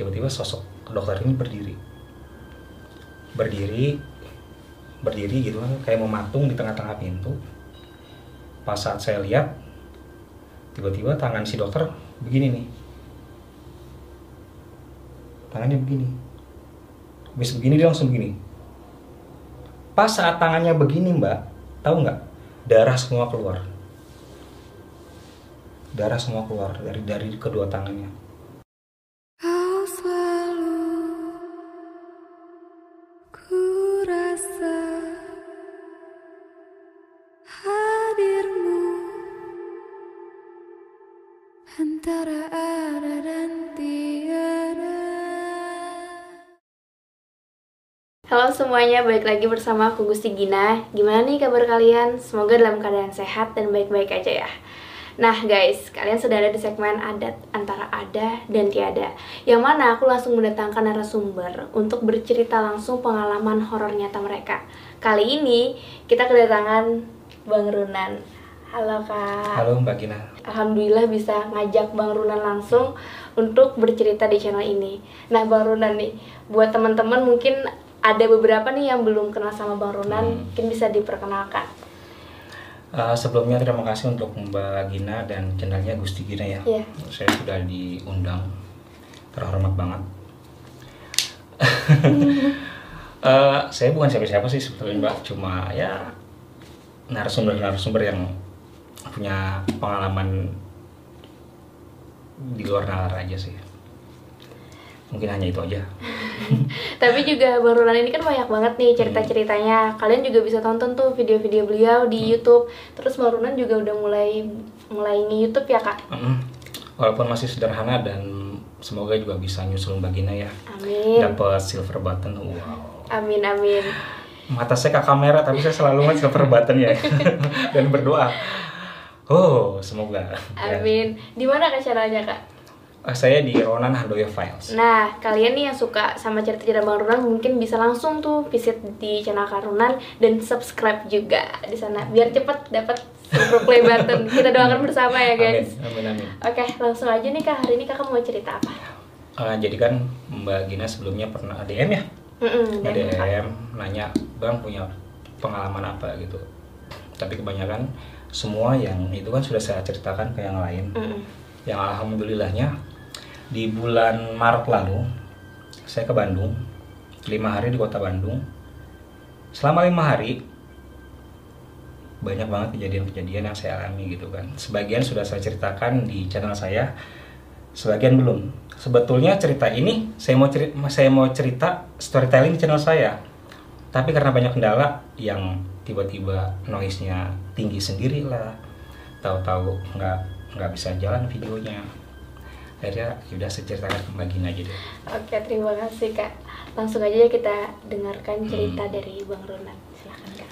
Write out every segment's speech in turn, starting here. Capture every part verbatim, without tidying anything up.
tiba-tiba sosok dokter ini berdiri berdiri berdiri gitu kan, kayak mematung di tengah-tengah pintu. Pas saat saya lihat, tiba-tiba tangan si dokter begini nih, tangannya begini, habis begini dia langsung begini. Pas saat tangannya begini mbak, tahu nggak, darah semua keluar, darah semua keluar dari dari kedua tangannya. Kau selalu ku rasa hadirmu antara ada dan tiada. Halo semuanya, balik lagi bersama aku Gusti Gina. Gimana nih kabar kalian? Semoga dalam keadaan sehat dan baik-baik aja ya. Nah guys, kalian sudah ada di segmen adat antara ada dan tiada, yang mana aku langsung mendatangkan narasumber untuk bercerita langsung pengalaman horor nyata mereka. Kali ini kita kedatangan Bang Runan. Halo Kak. Halo Mbak Gina. Alhamdulillah bisa ngajak Bang Runan langsung untuk bercerita di channel ini. Nah Bang Runan nih, buat teman-teman mungkin ada beberapa nih yang belum kenal sama Bang Runan, hmm. mungkin bisa diperkenalkan. Uh, sebelumnya terima kasih untuk Mbak Gina dan channelnya Gusti Gina ya. Yeah. Saya sudah diundang, terhormat banget. uh, saya bukan siapa-siapa sih sebetulnya Mbak, cuma ya narasumber-narasumber yang punya pengalaman di luar nalar aja sih. Mungkin hanya itu aja. Tapi juga Bang Runan ini kan banyak banget nih cerita-ceritanya. Kalian juga bisa tonton tuh video-video beliau di hmm. YouTube. Terus Bang Runan juga udah mulai mulai nge-YouTube ya Kak? Mm-hmm. Walaupun masih sederhana dan semoga juga bisa nyusul Mbak Gina ya. Amin. Dapat silver button. Wow. Amin amin. Mata saya ke kamera tapi saya selalu nge silver button ya. Dan berdoa. Oh, semoga. Amin. Ya. Di mana Kak channelnya Kak? Saya di Ronan Handoyo Files. Nah, kalian nih yang suka sama cerita-cerita Bang Runan mungkin bisa langsung tuh visit di channel Kak Runan dan subscribe juga di sana biar cepet dapat super play button. Kita doakan bersama ya guys. Amin, amin, amin. Oke, langsung aja nih Kak, hari ini Kakak mau cerita apa? Uh, jadi kan Mbak Gina sebelumnya pernah D M ya? Mm-mm, D M nanya, Bang punya pengalaman apa gitu. Tapi kebanyakan semua yang itu kan sudah saya ceritakan ke yang lain. Mm-mm. Yang alhamdulillahnya di bulan Maret lalu saya ke Bandung, lima hari di kota Bandung. Selama lima hari banyak banget kejadian-kejadian yang saya alami gitu kan. Sebagian sudah saya ceritakan di channel saya, sebagian belum. Sebetulnya cerita ini saya mau cerita, saya mau cerita storytelling di channel saya, tapi karena banyak kendala yang tiba-tiba noise-nya tinggi sendiri lah, tahu-tahu nggak nggak bisa jalan videonya. Akhirnya sudah saya ceritakan ke Mbak Gina aja deh. Oke, terima kasih Kak. Langsung aja ya kita dengarkan cerita hmm. dari Bang Runan. Silahkan Kak.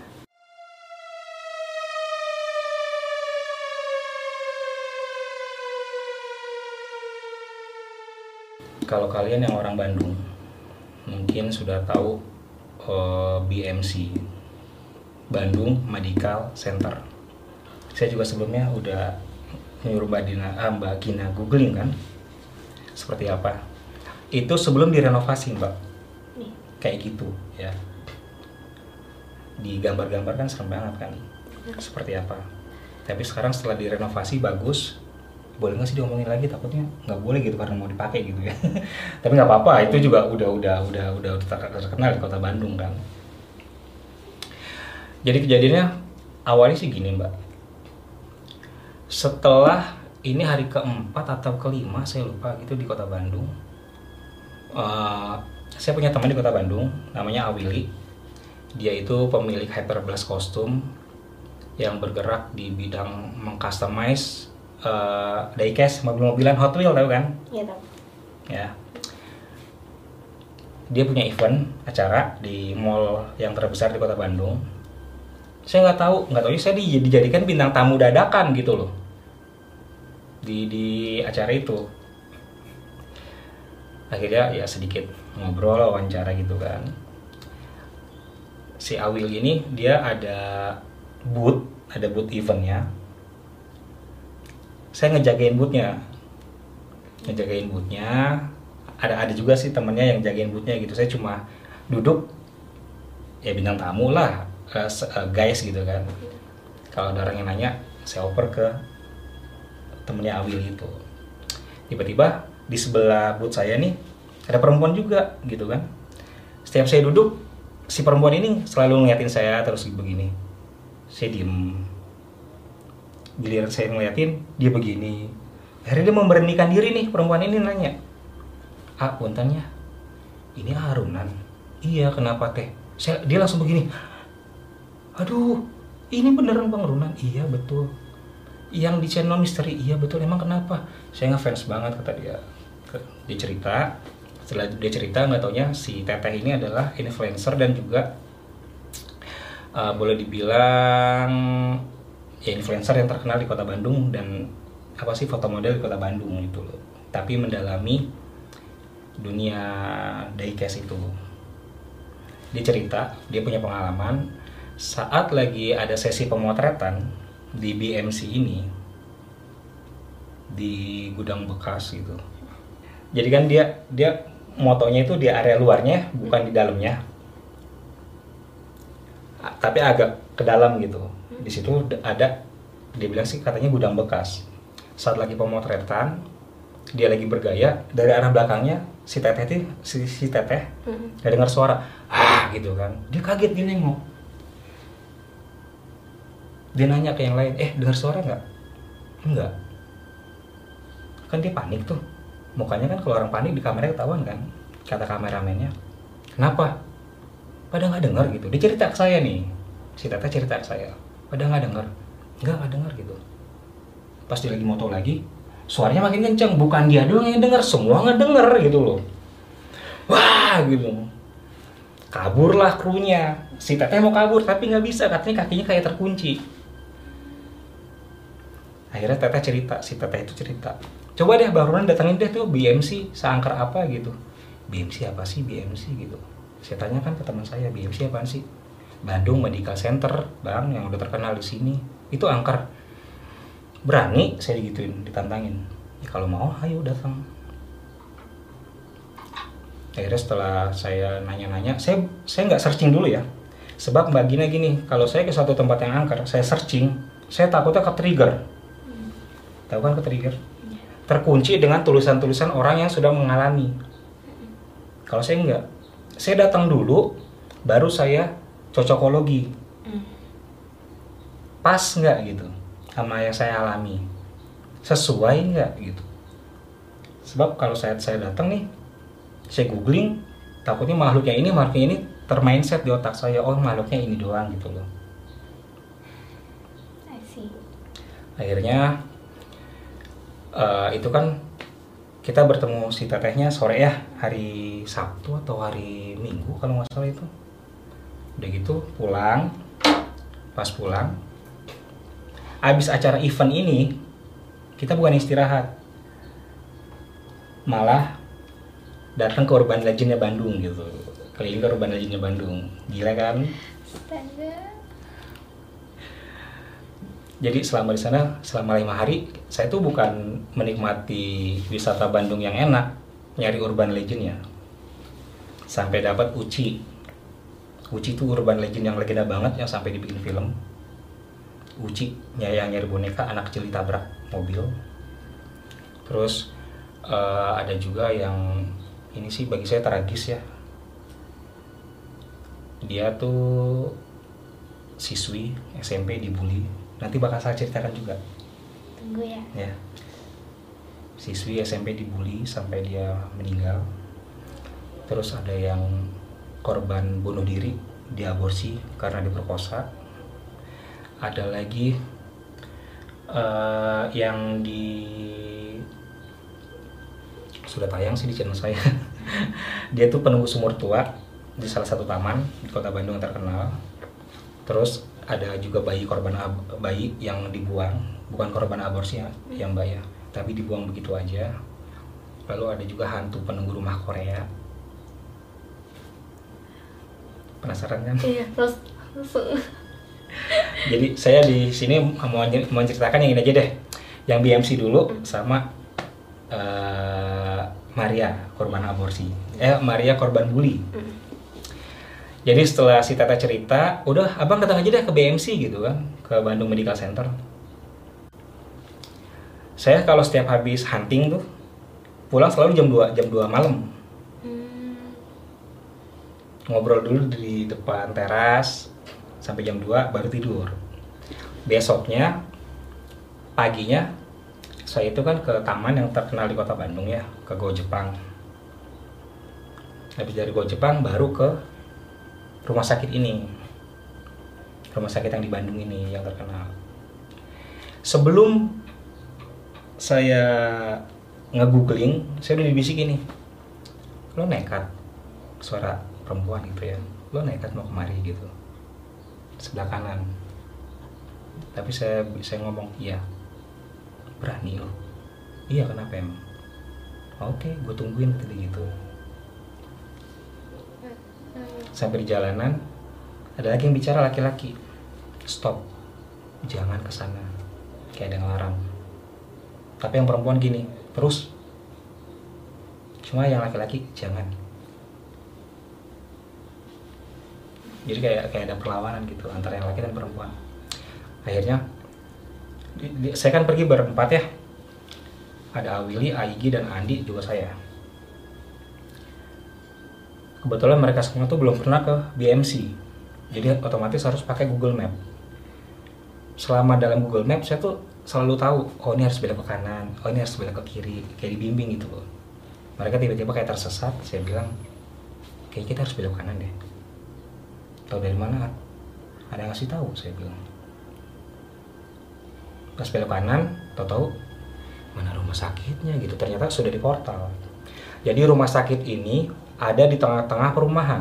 Kalau kalian yang orang Bandung mungkin sudah tahu uh, B M C, Bandung Medical Center. Saya juga sebelumnya udah nyuruh Mbak Gina, ah, Mbak Gina googling kan seperti apa. Itu sebelum direnovasi Mbak, nih. Kayak gitu ya. Di gambar-gambar kan serem banget kan, ya. Seperti apa. Tapi sekarang setelah direnovasi bagus. Boleh nggak sih diomongin lagi, takutnya nggak boleh gitu karena mau dipakai gitu ya. Tapi nggak apa-apa, itu juga udah udah udah udah terkenal di kota Bandung kan. Jadi kejadiannya awalnya sih gini Mbak. Setelah ini hari keempat atau kelima saya lupa gitu di kota Bandung, uh, saya punya teman di kota Bandung namanya Awili. Dia itu pemilik Hyperblast kostum yang bergerak di bidang mengcustomize uh, diecast mobil-mobilan Hot Wheels, tahu kan? Iya tahu. Ya. Dia punya event acara di mall yang terbesar di kota Bandung. Saya nggak tahu, nggak tahu saya dijadikan bintang tamu dadakan gitu loh di di acara itu. Akhirnya ya sedikit ngobrol, wawancara gitu kan. Si Awil ini dia ada booth, ada booth eventnya. Saya ngejagain boothnya, ngejagain boothnya. ada ada juga sih temennya yang jagain boothnya gitu. Saya cuma duduk ya bintang tamu lah, uh, uh, guys gitu kan. Kalau ada orang yang nanya, saya oper ke temennya Awil gitu. Tiba-tiba di sebelah booth saya nih ada perempuan juga gitu kan. Setiap saya duduk, si perempuan ini selalu ngeliatin saya terus begini. Saya diem. Giliran saya ngeliatin, dia begini. Akhirnya dia memberanikan diri nih, perempuan ini nanya, "Ah, puntennya, ini Arunan." "Iya, kenapa teh?" Saya, dia langsung begini, "Aduh, ini beneran Bang Runan?" "Iya, betul." "Yang di channel misteri?" "Iya, betul." "Emang kenapa?" Saya ngefans banget, kata dia. Dia cerita, setelah dia cerita, nggak taunya si teteh ini adalah influencer dan juga uh, boleh dibilang ya influencer yang terkenal di kota Bandung dan apa sih foto model di kota Bandung gitu loh. Tapi mendalami dunia diecast itu. Dia cerita, dia punya pengalaman saat lagi ada sesi pemotretan di B M C ini di gudang bekas gitu. Jadi kan dia dia motonya itu di area luarnya, bukan di dalamnya, tapi agak ke dalam gitu. Di situ ada, dia bilang sih katanya gudang bekas. Saat lagi pemotretan, dia lagi bergaya, dari arah belakangnya si teteh itu si, si teteh mm-hmm. dia dengar suara ah gitu kan. Dia kaget, dia nengok. Dia nanya ke yang lain, "Eh, dengar suara nggak?" "Enggak." Kan dia panik tuh. Mukanya kan kalau orang panik di kameranya ketahuan kan. Kata kameramennya, "Kenapa?" "Pada nggak dengar gitu." Dia cerita ke saya nih. Si teteh cerita ke saya, "Pada nggak dengar?" "Enggak, nggak dengar gitu." Pas dia lagi moto lagi, suaranya makin kenceng. Bukan dia doang yang dengar, semua ngedenger gitu loh. Wah gitu. Kaburlah krunya. Si teteh mau kabur tapi nggak bisa, katanya kakinya kayak terkunci. Akhirnya teteh cerita, si teteh itu cerita, "Coba deh Bang Runan datangin deh tuh B M C seangker apa gitu." "B M C apa sih B M C gitu?" Saya tanya kan ke teman saya, "B M C apaan sih?" "Bandung Medical Center Bang, yang udah terkenal di sini. Itu angker." Berani saya digituin, ditantangin. "Ya kalau mau ayo datang." Akhirnya setelah saya nanya-nanya, saya saya nggak searching dulu ya. Sebab Mbak Gina gini, kalau saya ke suatu tempat yang angker, saya searching, saya takutnya ke trigger. Hmm. Tahu kan ke trigger? Ya. Terkunci dengan tulisan-tulisan orang yang sudah mengalami. Hmm. Kalau saya enggak. Saya datang dulu, baru saya cocokologi. Hmm. Pas nggak gitu sama yang saya alami? Sesuai nggak gitu? Sebab kalau saya saya datang nih, saya googling, takutnya makhluknya ini, makhluknya ini termindset di otak saya, oh makhluknya ini doang gitu loh. I see. Akhirnya uh, itu kan kita bertemu si tetehnya sore ya, hari Sabtu atau hari Minggu kalau nggak salah itu. Udah gitu pulang, pas pulang, abis acara event ini kita bukan istirahat, malah datang ke Urban Legendnya Bandung gitu, keliling ke Urban Legendnya Bandung. Gila kan? Astaga. Jadi selama di sana selama lima hari saya tuh bukan menikmati wisata Bandung yang enak, nyari Urban Legendnya, sampai dapat Uci. Uci itu Urban Legend yang legenda banget yang sampai dibikin film. Uci yang nyari boneka, anak kecil ditabrak mobil. Terus uh, ada juga yang ini sih bagi saya tragis ya. Dia tuh siswi S M P dibully. Nanti bakal saya ceritakan juga. Tunggu ya. Ya. Siswi S M P dibully sampai dia meninggal. Terus ada yang korban bunuh diri, diaborsi karena diperkosa. Ada lagi uh, yang di sudah tayang sih di channel saya. Dia tuh penunggu sumur tua di salah satu taman di kota Bandung yang terkenal. Terus ada juga bayi korban ab- bayi yang dibuang, bukan korban aborsi ya, yang bayi, tapi dibuang begitu aja. Lalu ada juga hantu penunggu rumah Korea. Penasaran kan? Iya, terus langsung. Jadi saya di sini mau menceritakan yang ini aja deh, yang B M C dulu sama uh, Maria korban aborsi, eh Maria korban bully. Mm. Jadi setelah si Tata cerita, udah abang datang aja deh ke B M C gitu kan, ke Bandung Medical Center. Saya kalau setiap habis hunting tuh pulang selalu jam dua jam dua malam. Hmm. Ngobrol dulu di depan teras sampai jam dua baru tidur. Besoknya paginya saya itu kan ke taman yang terkenal di kota Bandung ya, ke Go Jepang. Habis dari Go Jepang baru ke rumah sakit ini. Rumah sakit yang di Bandung ini yang terkenal. Sebelum saya nge-googling, saya udah dibisikin nih. Lo nekat, suara perempuan gitu ya. Lo nekat mau kemari gitu. Sebelah kanan. Tapi saya saya ngomong, iya. Berani lo? Iya, kenapa emang? Oke, gue tungguin tadi gitu. Sampai di jalanan ada lagi yang bicara, laki-laki. Stop, jangan kesana. Kayak ada yang larang. Tapi yang perempuan gini, terus. Cuma yang laki-laki jangan. Jadi kayak kayak ada perlawanan gitu antara yang laki dan perempuan. Akhirnya di, di, saya kan pergi berempat ya. Ada Awili, Aigi, dan Andi juga saya. Kebetulan mereka semua tuh belum pernah ke B M C. Jadi otomatis harus pakai Google Map. Selama dalam Google Map saya tuh selalu tahu, oh ini harus belok ke kanan, oh ini harus belok ke kiri, kayak dibimbing gitu loh. Mereka tiba-tiba kayak tersesat, saya bilang, kayaknya kita harus belok kanan deh. Tahu dari mana? Ada yang ngasih tahu, saya bilang. Pas belok kanan, tahu-tahu mana rumah sakitnya gitu. Ternyata sudah di portal. Jadi rumah sakit ini ada di tengah-tengah perumahan.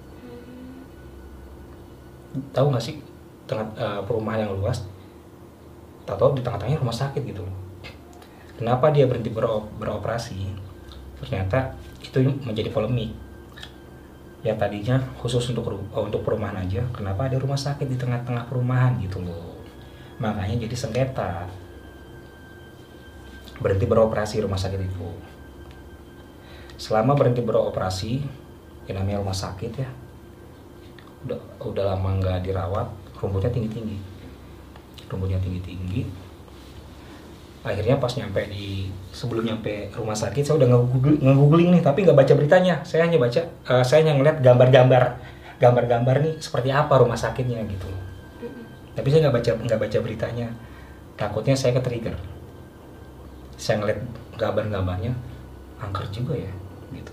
Tahu nggak sih tengah uh, perumahan yang luas? Tahu-tahu di tengah-tengahnya rumah sakit gitu. Kenapa dia berhenti bero beroperasi? Ternyata itu menjadi polemik. Ya tadinya khusus untuk untuk perumahan aja, kenapa ada rumah sakit di tengah-tengah perumahan gitu loh. Makanya jadi sengketa. Berhenti beroperasi rumah sakit itu. Selama berhenti beroperasi, yang namanya rumah sakit ya, udah udah lama nggak dirawat, rumputnya tinggi-tinggi, rumputnya tinggi-tinggi. Akhirnya pas nyampe di sebelum nyampe rumah sakit, saya udah nge-googling nih, tapi nggak baca beritanya. Saya hanya baca, uh, saya hanya ngeliat gambar-gambar, gambar-gambar nih seperti apa rumah sakitnya gitu. Tapi saya nggak baca nggak baca beritanya, takutnya saya ke-trigger. Saya ngeliat gambar-gambarnya, angker juga ya, gitu.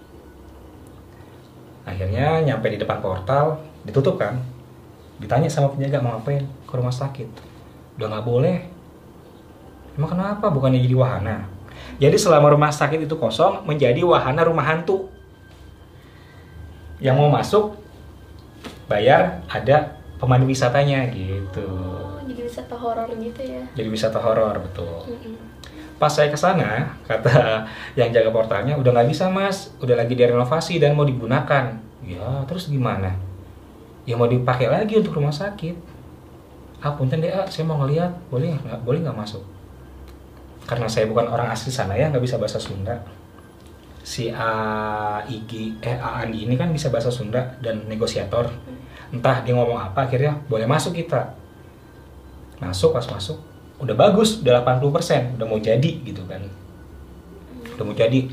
Akhirnya nyampe di depan portal, ditutup kan. Ditanya sama penjaga mau ngapain ke rumah sakit. Udah nggak boleh. Emang kenapa? Bukannya jadi wahana. Jadi selama rumah sakit itu kosong, menjadi wahana rumah hantu. Yang mau masuk, bayar, ada pemandu wisatanya gitu. Oh, jadi wisata horor gitu ya? Jadi wisata horor, betul. Mm-mm. Pas saya kesana, kata yang jaga portalnya, udah nggak bisa mas, udah lagi direnovasi dan mau digunakan. Ya, terus gimana? Ya mau dipakai lagi untuk rumah sakit. Ah, punten deh, ah, saya mau ngeliat, boleh nggak? Boleh nggak masuk? Karena saya bukan orang asli sana ya, nggak bisa bahasa Sunda. Si A Igi, eh A Andi ini kan bisa bahasa Sunda dan negosiator. Entah dia ngomong apa, akhirnya boleh masuk kita. Masuk, pas masuk, udah bagus, udah delapan puluh persen, udah mau jadi gitu kan. Udah mau jadi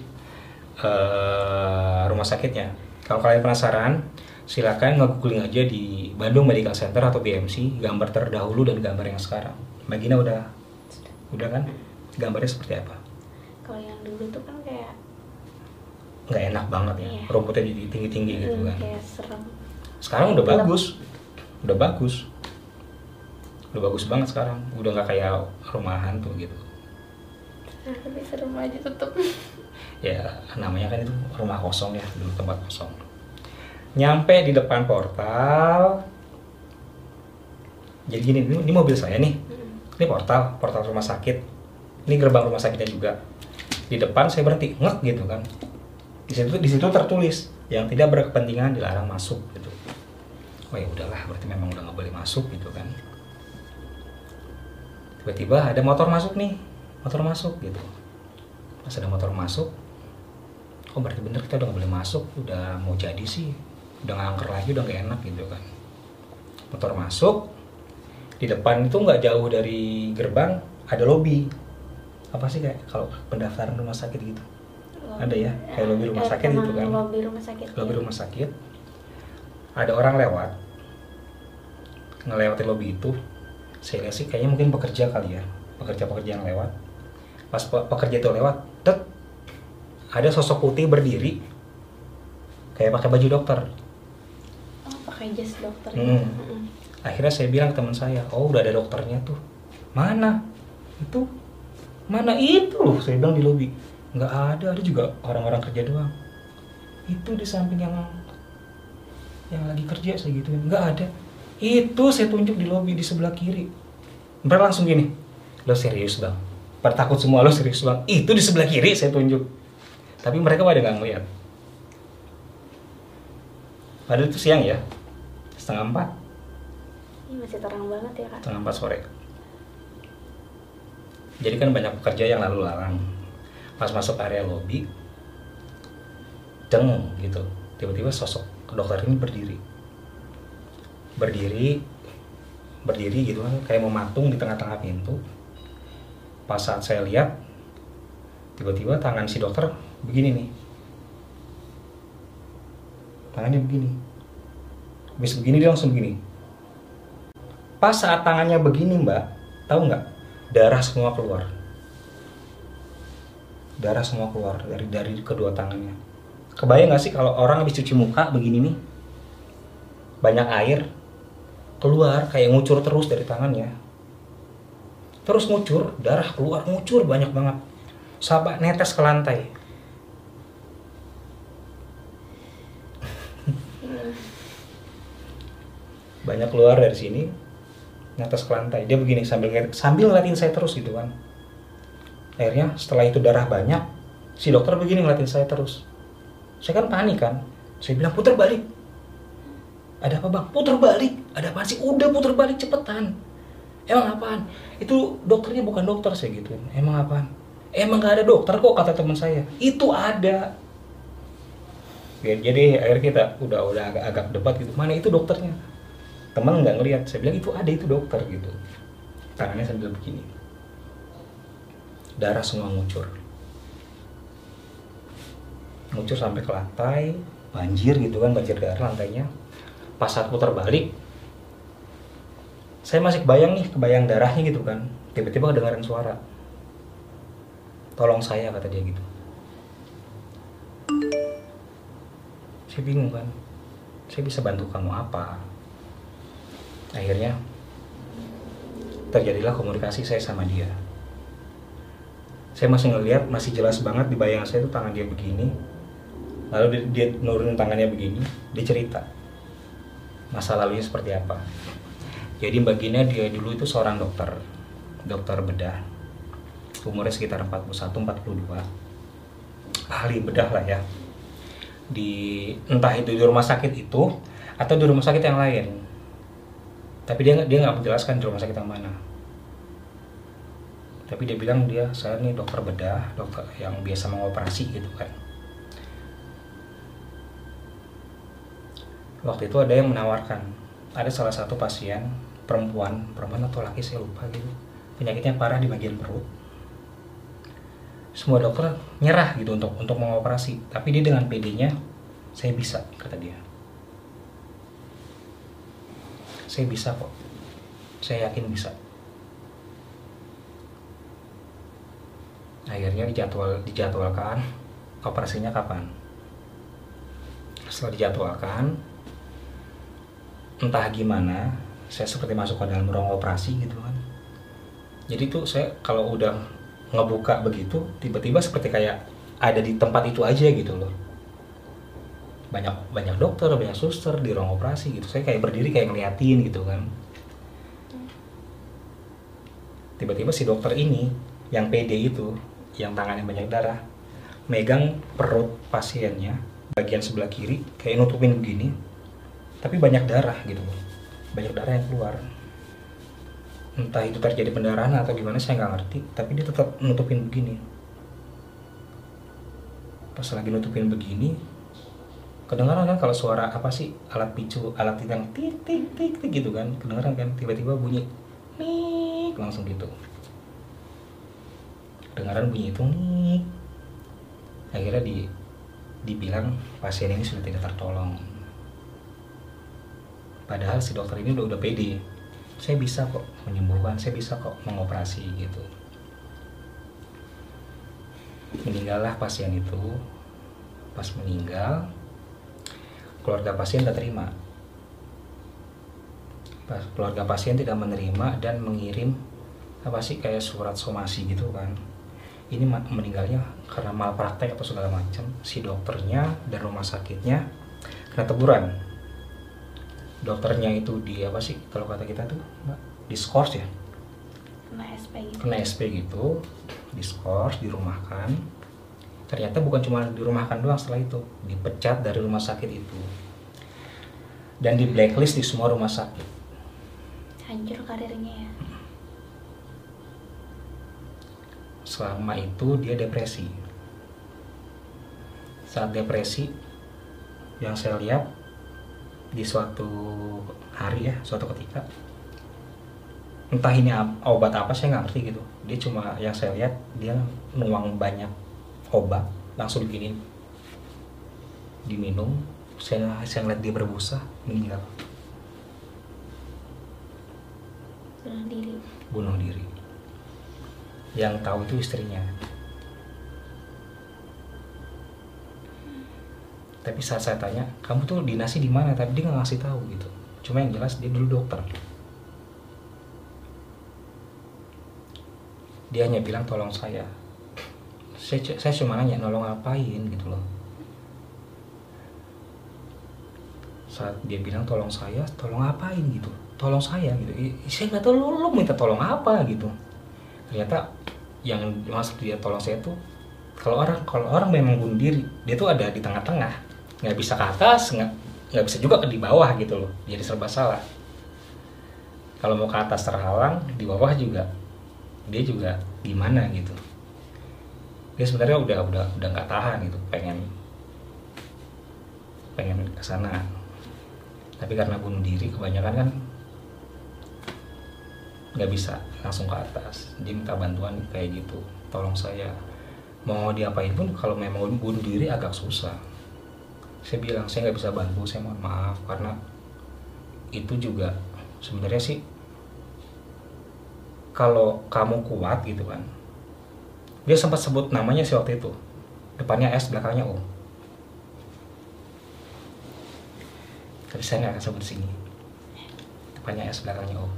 uh, rumah sakitnya. Kalau kalian penasaran, silakan nge-googling aja di Bandung Medical Center atau B M C, gambar terdahulu dan gambar yang sekarang. Mbak Gina udah udah kan gambarnya seperti apa? Kalau yang dulu tuh kan kayak nggak enak banget ya, iya. Rumputnya jadi tinggi-tinggi gitu hmm, kan. kayak serem. Sekarang udah bagus, udah bagus. Udah bagus banget sekarang, udah nggak kayak rumah hantu gitu. Tapi serem aja tetep. Ya namanya kan itu rumah kosong ya, dulu tempat kosong. Nyampe di depan portal, jadi gini, ini, ini mobil saya nih, ini portal, portal rumah sakit, ini gerbang rumah sakitnya juga. Di depan saya berhenti, ngek gitu kan. Di situ di situ tertulis yang tidak berkepentingan dilarang masuk gitu. Oh ya udahlah, berarti memang udah nggak boleh masuk gitu kan. Tiba-tiba ada motor masuk nih, motor masuk gitu. Pas ada motor masuk, oh berarti bener kita udah nggak boleh masuk, udah mau jadi sih, udah ngangker lagi, udah nggak enak gitu kan. Motor masuk, di depan itu nggak jauh dari gerbang ada lobby. Apa sih kayak kalau pendaftaran rumah sakit gitu? Lobby. Ada ya, kayak lobby rumah Eh, sakit emang gitu kan. Lobby rumah sakit. Lobby ya. rumah sakit. Ada orang lewat, ngelewatin lobby itu. Saya lihat sih kayaknya mungkin pekerja kali ya, pekerja-pekerja yang lewat. Pas pe- pekerja itu lewat, tet, ada sosok putih berdiri, kayak pakai baju dokter. Oh, pakai jas dokter. Hmm. Mm-mm. Akhirnya saya bilang ke teman saya, oh udah ada dokternya tuh. Mana? Itu? Mana itu? Saya bilang di lobi. Nggak ada, ada juga orang-orang kerja doang. Itu di samping yang yang lagi kerja saya gituin. Nggak ada. Itu saya tunjuk di lobi di sebelah kiri. Mereka langsung gini, lo serius bang? Pada takut semua, lo serius bang? Itu di sebelah kiri saya tunjuk. Tapi mereka pada nggak ngeliat. Padahal itu siang ya, setengah empat. Ini masih terang banget ya kak. Setengah empat sore. Jadi kan banyak pekerja yang lalu lalang. Pas masuk area lobi, deng gitu. Tiba-tiba sosok dokter ini berdiri. Berdiri, berdiri gitu kan, kayak mau matung di tengah-tengah pintu. Pas saat saya lihat, tiba-tiba tangan si dokter begini nih. Tangannya begini. Habis begini dia langsung begini. Pas saat tangannya begini mbak, tahu nggak? Darah semua keluar. Darah semua keluar dari dari kedua tangannya. Kebayang nggak sih kalau orang habis cuci muka begini nih, banyak air keluar kayak ngucur terus dari tangannya. Terus ngucur, darah keluar, ngucur banyak banget. Sampai netes ke lantai. Banyak keluar dari sini, netes ke lantai. Dia begini sambil sambil ngeliatin saya terus gitu kan. Akhirnya setelah itu darah banyak, si dokter begini ngeliatin saya terus. Saya kan panik kan. Saya bilang putar balik. Ada apa bang? Putar balik. Ada apa sih? Udah putar balik cepetan. Emang apaan? Itu dokternya bukan dokter saya gituin. Emang apaan? Emang gak ada dokter kok kata teman saya. Itu ada. Ya, jadi akhirnya kita udah udah agak agak debat gitu. Mana itu dokternya? Teman nggak ngelihat. Saya bilang itu ada, itu dokter gitu. Tangannya sambil begini. Darah semua ngucur. Ngucur sampai ke lantai, banjir gitu kan, banjir darah lantainya. Pas saat putar balik, saya masih kebayang nih, kebayang darahnya gitu kan. Tiba-tiba kedengaran suara. Tolong saya, kata dia gitu. Saya bingung kan. Saya bisa bantu kamu apa? Akhirnya terjadilah komunikasi saya sama dia. Saya masih ngeliat, masih jelas banget di bayangan saya itu tangan dia begini. Lalu dia, dia nurunin tangannya begini, dia cerita masa lalunya seperti apa. Jadi baginya dia dulu itu seorang dokter, dokter bedah. Umurnya sekitar empat puluh satu empat puluh dua. Ahli bedah lah ya. Di entah itu di rumah sakit itu atau di rumah sakit yang lain. Tapi dia dia nggak menjelaskan di rumah sakit yang mana. Tapi dia bilang dia saya nih dokter bedah, dokter yang biasa mengoperasi gitu kan. Waktu itu ada yang menawarkan, ada salah satu pasien perempuan, perempuan atau laki saya lupa gitu, penyakitnya parah di bagian perut. Semua dokter nyerah gitu untuk untuk mengoperasi, tapi dia dengan P D-nya, saya bisa, kata dia. Saya bisa kok, saya yakin bisa. Akhirnya dijadwal dijadwalkan operasinya kapan. Setelah dijadwalkan, entah gimana, saya seperti masuk ke dalam ruang operasi gitu kan. Jadi tuh saya kalau udah ngebuka begitu, tiba-tiba seperti kayak ada di tempat itu aja gitu loh. Banyak banyak dokter, banyak suster di ruang operasi gitu. Saya kayak berdiri kayak ngeliatin gitu kan. Tiba-tiba si dokter ini yang P D itu, yang tangannya banyak darah, megang perut pasiennya bagian sebelah kiri kayak nutupin begini, tapi banyak darah gitu, banyak darah yang keluar. Entah itu terjadi pendarahan atau gimana saya nggak ngerti, tapi dia tetap nutupin begini. Pas lagi nutupin begini, kedengaran kan kalau suara apa sih, alat picu, alat yang tik tik tik tik gitu kan, kedengaran kan, tiba-tiba bunyi nih langsung gitu, kedengaran bunyi itu nih. Akhirnya di dibilang pasien ini sudah tidak tertolong. Padahal si dokter ini udah udah pede, saya bisa kok menyembuhkan, saya bisa kok mengoperasi gitu. Meninggallah pasien itu. Pas meninggal, keluarga pasien tak terima. Pas keluarga pasien tidak menerima dan mengirim apa sih kayak surat somasi gitu kan. Ini meninggalnya karena malpraktek atau segala macam. Si dokternya dan rumah sakitnya kena teguran. Dokternya itu di apa sih kalau kata kita tuh diskors ya, Kena S P gitu. kena S P gitu, diskors, dirumahkan. Ternyata bukan cuma dirumahkan doang, setelah itu dipecat dari rumah sakit itu dan di blacklist di semua rumah sakit. Hancur karirnya ya. Selama itu dia depresi. Saat depresi, yang saya lihat di suatu hari ya, suatu ketika, entah ini obat apa saya nggak ngerti gitu. Dia cuma yang saya lihat dia nuang banyak obat langsung diginin, diminum. Saya saya ngeliat dia berbusa, meninggal, Bunuh diri. bunuh diri. Yang tahu itu istrinya. Tapi saat saya tanya, kamu tuh dinasi di mana? Tapi dia nggak ngasih tahu gitu. Cuma yang jelas dia dulu dokter. Dia hanya bilang tolong saya. Saya, saya cuma nanya nolong ngapain gitu loh. Saat dia bilang tolong saya, tolong ngapain gitu? Tolong saya gitu. Saya nggak tahu lo, lo minta tolong apa gitu. Ternyata yang maksud dia tolong saya tuh kalau orang kalau orang memang bunuh diri, dia tuh ada di tengah-tengah. Nggak bisa ke atas, nggak nggak bisa juga ke di bawah gitu loh, jadi serba salah. Kalau mau ke atas terhalang, di bawah juga dia juga gimana gitu. Dia sebenarnya udah udah udah nggak tahan gitu, pengen pengen ke sana, tapi karena bunuh diri kebanyakan kan nggak bisa langsung ke atas. Dia minta bantuan kayak gitu, tolong saya. Mau diapain pun kalau memang bunuh diri agak susah. Saya bilang saya nggak bisa bantu, saya mohon maaf, karena itu juga sebenarnya sih kalau kamu kuat gitu kan. Dia sempat sebut namanya sih waktu itu, depannya S belakangnya O, tapi saya nggak akan sebut sini. Depannya S belakangnya O.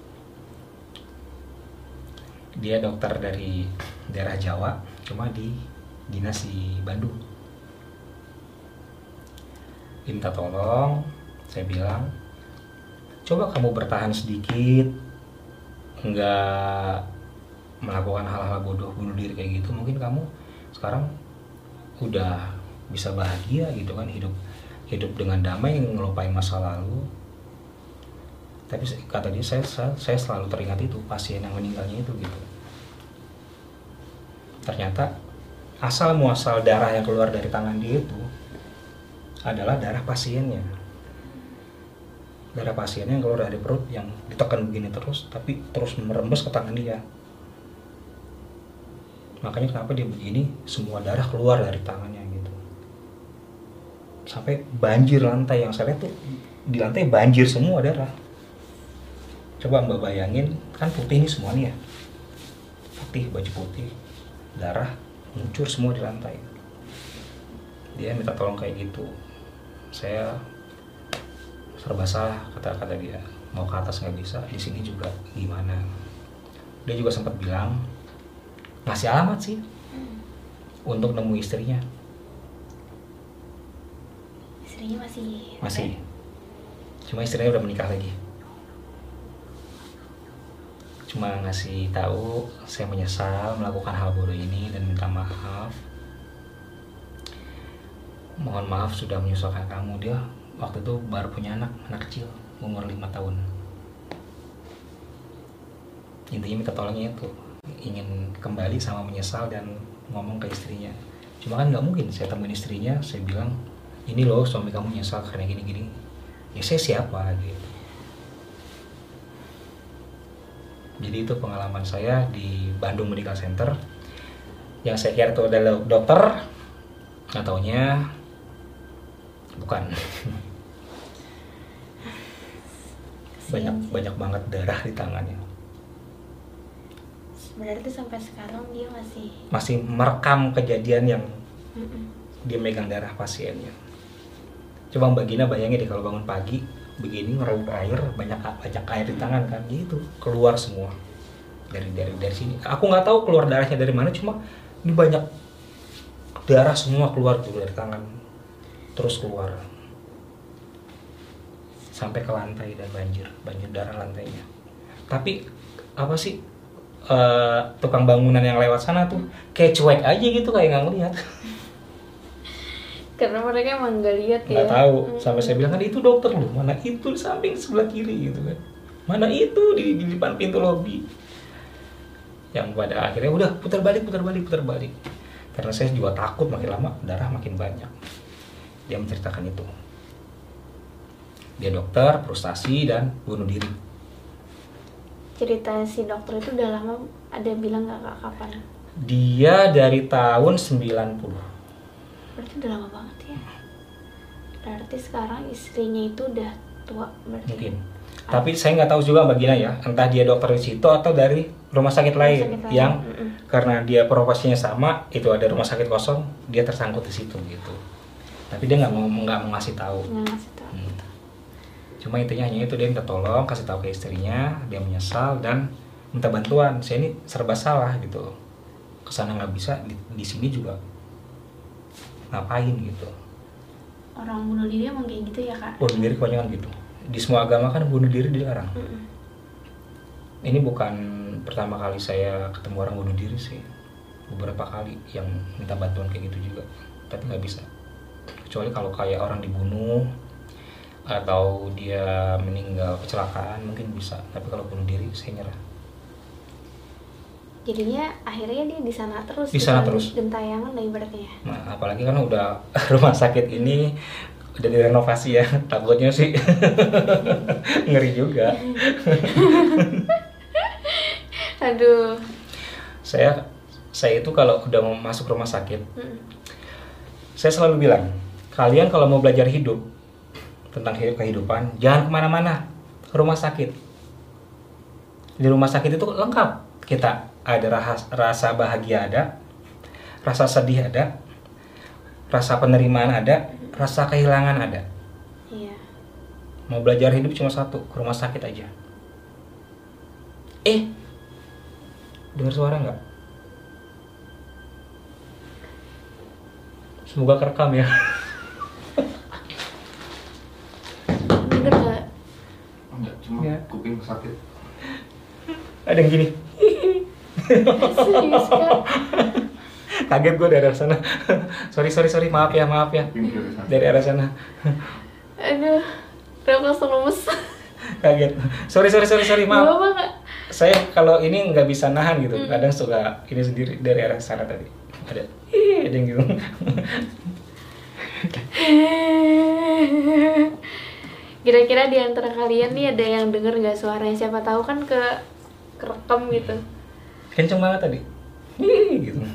Dia dokter dari daerah Jawa, cuma di dinas di Bandung. Minta tolong, saya bilang coba kamu bertahan sedikit, nggak melakukan hal-hal bodoh bunuh diri kayak gitu, mungkin kamu sekarang udah bisa bahagia gitu kan, hidup hidup dengan damai, ngelupain masa lalu. Tapi kata dia, saya, saya saya selalu teringat itu pasien yang meninggalnya itu gitu. Ternyata asal muasal darah yang keluar dari tangan dia itu adalah darah pasiennya. Darah pasiennya yang keluar dari perut, yang ditekan begini terus, tapi terus merembes ke tangan dia. Makanya kenapa dia begini, semua darah keluar dari tangannya gitu. Sampai banjir lantai, yang saya lihat tuh di lantai banjir semua darah. Coba Mbak bayangin, kan putih ini semua nih ya. Putih, baju putih, darah ngucur semua di lantai. Dia minta tolong kayak gitu. Saya serba salah, kata-kata dia. Mau ke atas nggak bisa, di sini juga gimana. Dia juga sempat bilang ngasih alamat sih untuk nemu istrinya. Istrinya masih Masih. Cuma istrinya udah menikah lagi. Cuma ngasih tahu saya menyesal melakukan hal bodoh ini dan minta maaf. Mohon maaf sudah menyusahkan kamu. Dia waktu itu baru punya anak, anak kecil, umur lima tahun. Intinya minta tolongnya itu, ingin kembali sama menyesal dan ngomong ke istrinya. Cuma kan nggak mungkin saya temuin istrinya, saya bilang ini loh suami kamu nyesal karena gini-gini. Ya saya siapa gitu. Jadi itu pengalaman saya di Bandung Medical Center. Yang saya kira itu adalah dokter, nggak taunya bukan. banyak banyak banget darah di tangannya. Berarti sampai sekarang dia masih Masih merekam kejadian yang Mm-mm. dia megang darah pasiennya. Coba Mbak Gina bayangin deh kalau bangun pagi begini ngeraup air, banyak banyak air di tangan kan, gitu keluar semua dari dari dari sini. Aku nggak tahu keluar darahnya dari mana, cuma ini banyak darah semua keluar tuh dari tangan, terus keluar sampai ke lantai dan banjir banjir darah lantainya. Tapi apa sih, eh, tukang bangunan yang lewat sana tuh kayak cuek aja gitu, kayak nggak ngeliat. Karena mereka emang nggak lihat ya. Nggak tahu. Mm-mm. Sampai saya bilang kan itu dokter loh, mana itu di samping sebelah kiri gitu kan, mana itu di, di depan pintu lobi. Yang pada akhirnya udah putar balik putar balik putar balik, karena saya juga takut makin lama darah makin banyak. Dia menceritakan itu, dia dokter, frustasi dan bunuh diri. Cerita si dokter itu udah lama, ada bilang nggak kak kapan? Dia dari tahun sembilan puluh. Berarti udah lama banget ya. Berarti sekarang istrinya itu udah tua berarti. Mungkin. Tapi saya nggak tahu juga Mbak Gina ya, entah dia dokter di situ atau dari rumah sakit Rumah lain sakit lain. yang Mm-mm. karena dia profesinya sama, itu ada rumah sakit kosong, dia tersangkut di situ gitu. Tapi dia nggak mau nggak mau ngasih tahu. Nggak ngasih tahu. Hmm. Cuma intinya hanya itu, dia minta tolong, kasih tahu ke istrinya, dia menyesal dan minta bantuan. Saya ini serba salah gitu, kesana nggak bisa, di, di sini juga ngapain gitu. Orang bunuh diri emang kayak gitu ya kak? Bunuh diri kebanyakan gitu. Di semua agama kan bunuh diri dilarang. Mm-mm. Ini bukan pertama kali saya ketemu orang bunuh diri sih, beberapa kali yang minta bantuan kayak gitu juga, tapi nggak bisa. Kecuali kalau kayak orang dibunuh atau dia meninggal kecelakaan mungkin bisa, tapi kalau bunuh diri saya nyerah. Jadinya akhirnya dia di sana terus. Di sana bukan terus. Gentayangan lah ibaratnya. Nah, apalagi kan udah rumah sakit ini udah direnovasi ya, takutnya sih ngeri juga. Aduh. Saya saya itu kalau udah mau masuk rumah sakit, Mm-mm. saya selalu bilang, kalian kalau mau belajar hidup tentang hidup kehidupan, jangan kemana-mana, ke rumah sakit. Di rumah sakit itu lengkap, kita ada rasa, rasa bahagia ada, rasa sedih ada, rasa penerimaan ada, rasa kehilangan ada. Iya. Mau belajar hidup cuma satu, ke rumah sakit aja. Eh, dengar suara nggak? Semoga kerekam ya. Bener nggak? Enggak, cuma Ya. kuping sakit. Ada yang gini. Serius kak? Kaget gue dari arah sana. sorry sorry sorry maaf ya maaf ya. Kuping kiri sakit. Dari arah sana. Aduh. Udah langsung lemes. Kaget. Sorry sorry sorry sorry Gak maaf. apa kak? Saya kalau ini nggak bisa nahan gitu. Kadang suka ini sendiri dari arah sana tadi. Ada. Ih, ada yang gitu. Kira-kira di antara kalian nih ada yang denger nggak suaranya? Siapa tahu kan ke kerekam gitu. Kenceng banget tadi. Ih, gitu.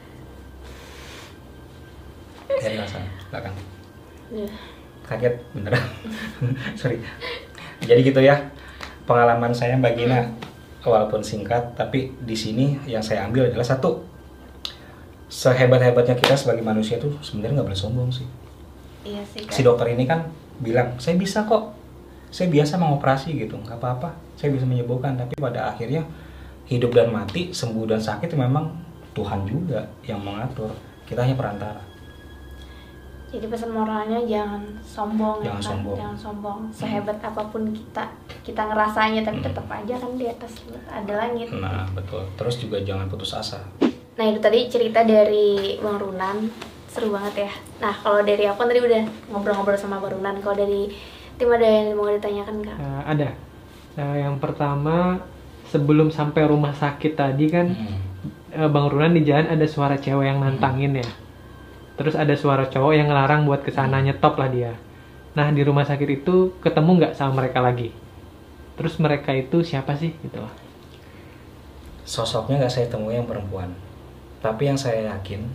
Dari arah sana belakang. Duh. Kaget beneran. Sorry. Jadi gitu ya pengalaman saya Mbak Gina, walaupun singkat tapi di sini yang saya ambil adalah satu, sehebat-hebatnya kita sebagai manusia tuh sebenarnya nggak boleh sombong sih. Iya sih kak. Si dokter ini kan bilang saya bisa kok, saya biasa mengoperasi gitu, nggak apa-apa, saya bisa menyembuhkan. Tapi pada akhirnya hidup dan mati, sembuh dan sakit memang Tuhan juga yang mengatur, kita hanya perantara. Jadi pesan moralnya jangan sombong Jangan ya kan? sombong. Jangan sombong. Sehebat apapun kita kita ngerasanya, tapi Hmm. tetap aja kan di atas ada langit. Nah betul, terus juga jangan putus asa. Nah itu tadi cerita dari Bang Runan, seru banget ya. Nah kalau dari aku kan tadi udah ngobrol-ngobrol sama Bang Runan. Kalau dari tim ada yang mau ditanyakan kak? Nah, ada. Nah, yang pertama sebelum sampai rumah sakit tadi kan Hmm. eh, Bang Runan di jalan ada suara cewek yang nantangin ya. Terus ada suara cowok yang ngelarang buat kesana, nyetop lah dia. Nah di rumah sakit itu ketemu nggak sama mereka lagi? Terus mereka itu siapa sih gitu loh? Sosoknya nggak saya temui yang perempuan, tapi yang saya yakin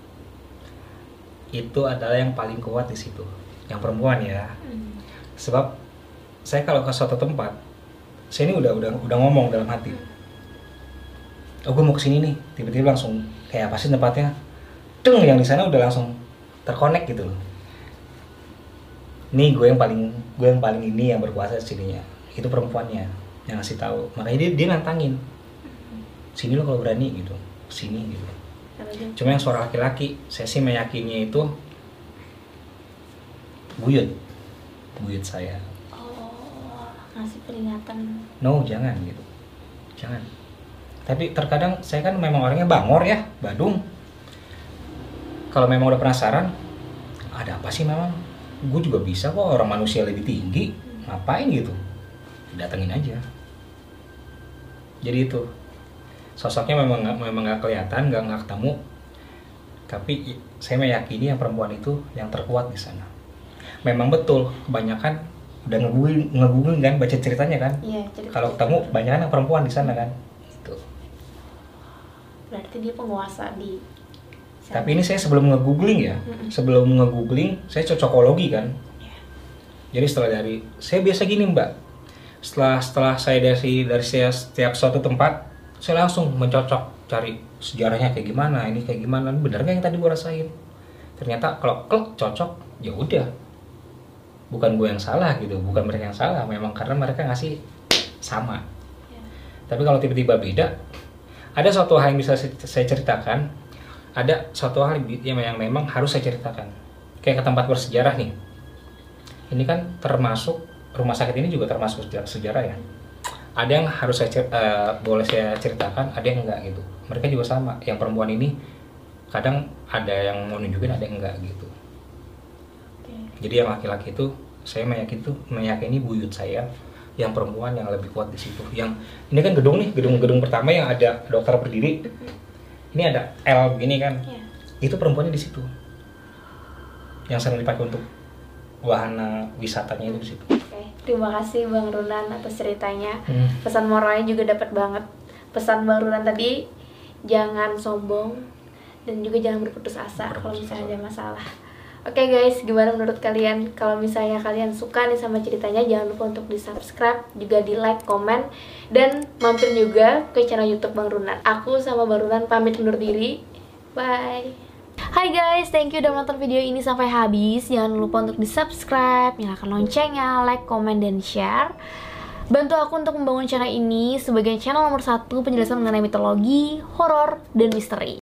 itu adalah yang paling kuat di situ, yang perempuan ya. Hmm. Sebab saya kalau ke suatu tempat, saya ini udah udah udah ngomong dalam hati. Oh gue mau kesini nih, tiba-tiba langsung kayak apa sih tempatnya? Deng, yang di sana udah langsung terkonek gitu loh. Nih gue yang paling gue yang paling ini yang berkuasa di sininya. Itu perempuannya yang ngasih tahu. Makanya dia dia nantangin. Sini lo kalau berani gitu, sini gitu. Cuma yang suara laki-laki, saya sih meyakininya itu buyut, buyut saya. Oh, ngasih peringatan. No, jangan gitu, jangan. Tapi terkadang saya kan memang orangnya bangor ya, Badung. Kalau memang udah penasaran, ada apa sih memang? Gue juga bisa kok, orang manusia lebih tinggi, ngapain gitu? Datengin aja. Jadi itu. Sosoknya memang nggak memang nggak kelihatan, nggak nggak ketemu, tapi saya meyakini yang perempuan itu yang terkuat di sana. Memang betul, kebanyakan udah ngegoogling, ngegoogling kan, baca ceritanya kan. Iya, cerita. Kalau ketemu, banyak yang perempuan di sana kan. Gitu. Berarti dia penguasa di sana. Tapi ini saya sebelum ngegoogling ya, Mm-mm. sebelum ngegoogling, saya cocokologi kan. Iya. Jadi setelah dari, saya biasa gini mbak, setelah setelah saya dari dari saya setiap suatu tempat, saya langsung mencocok cari sejarahnya kayak gimana, ini kayak gimana, bener nggak yang tadi gue rasain. Ternyata kalau klik cocok, ya udah, bukan gue yang salah gitu, bukan mereka yang salah, memang karena mereka ngasih sama. Ya. Tapi kalau tiba-tiba beda, ada suatu hal yang bisa saya ceritakan, ada suatu hal yang yang memang harus saya ceritakan. Kayak ke tempat bersejarah nih, ini kan termasuk rumah sakit ini juga termasuk sejarah ya. Ada yang harus saya uh, boleh saya ceritakan, ada yang enggak gitu. Mereka juga sama, yang perempuan ini kadang ada yang mau nunjukin, ada yang enggak gitu. Oke. Jadi yang laki-laki itu saya meyakini tuh meyakini buyut saya yang perempuan yang lebih kuat di situ. Yang ini kan gedung nih, gedung-gedung pertama yang ada dokter berdiri. Ini ada L begini kan. Iya. Itu perempuannya di situ. Yang sering dipakai untuk wahana wisatanya itu di situ. Oke, terima kasih Bang Runan atas ceritanya. Hmm. Pesan moralnya juga dapat banget. Pesan Bang Runan tadi, jangan sombong dan juga jangan berputus asa kalau misalnya ada masalah. Oke guys, gimana menurut kalian? Kalau misalnya kalian suka nih sama ceritanya, jangan lupa untuk di subscribe, juga di like, komen, dan mampir juga ke channel YouTube Bang Runan. Aku sama Bang Runan pamit undur diri. Bye. Hai guys, thank you udah menonton video ini sampai habis. Jangan lupa untuk di subscribe, nyalakan loncengnya, like, komen, dan share. Bantu aku untuk membangun channel ini sebagai channel nomor satu penjelasan mengenai mitologi, horor, dan misteri.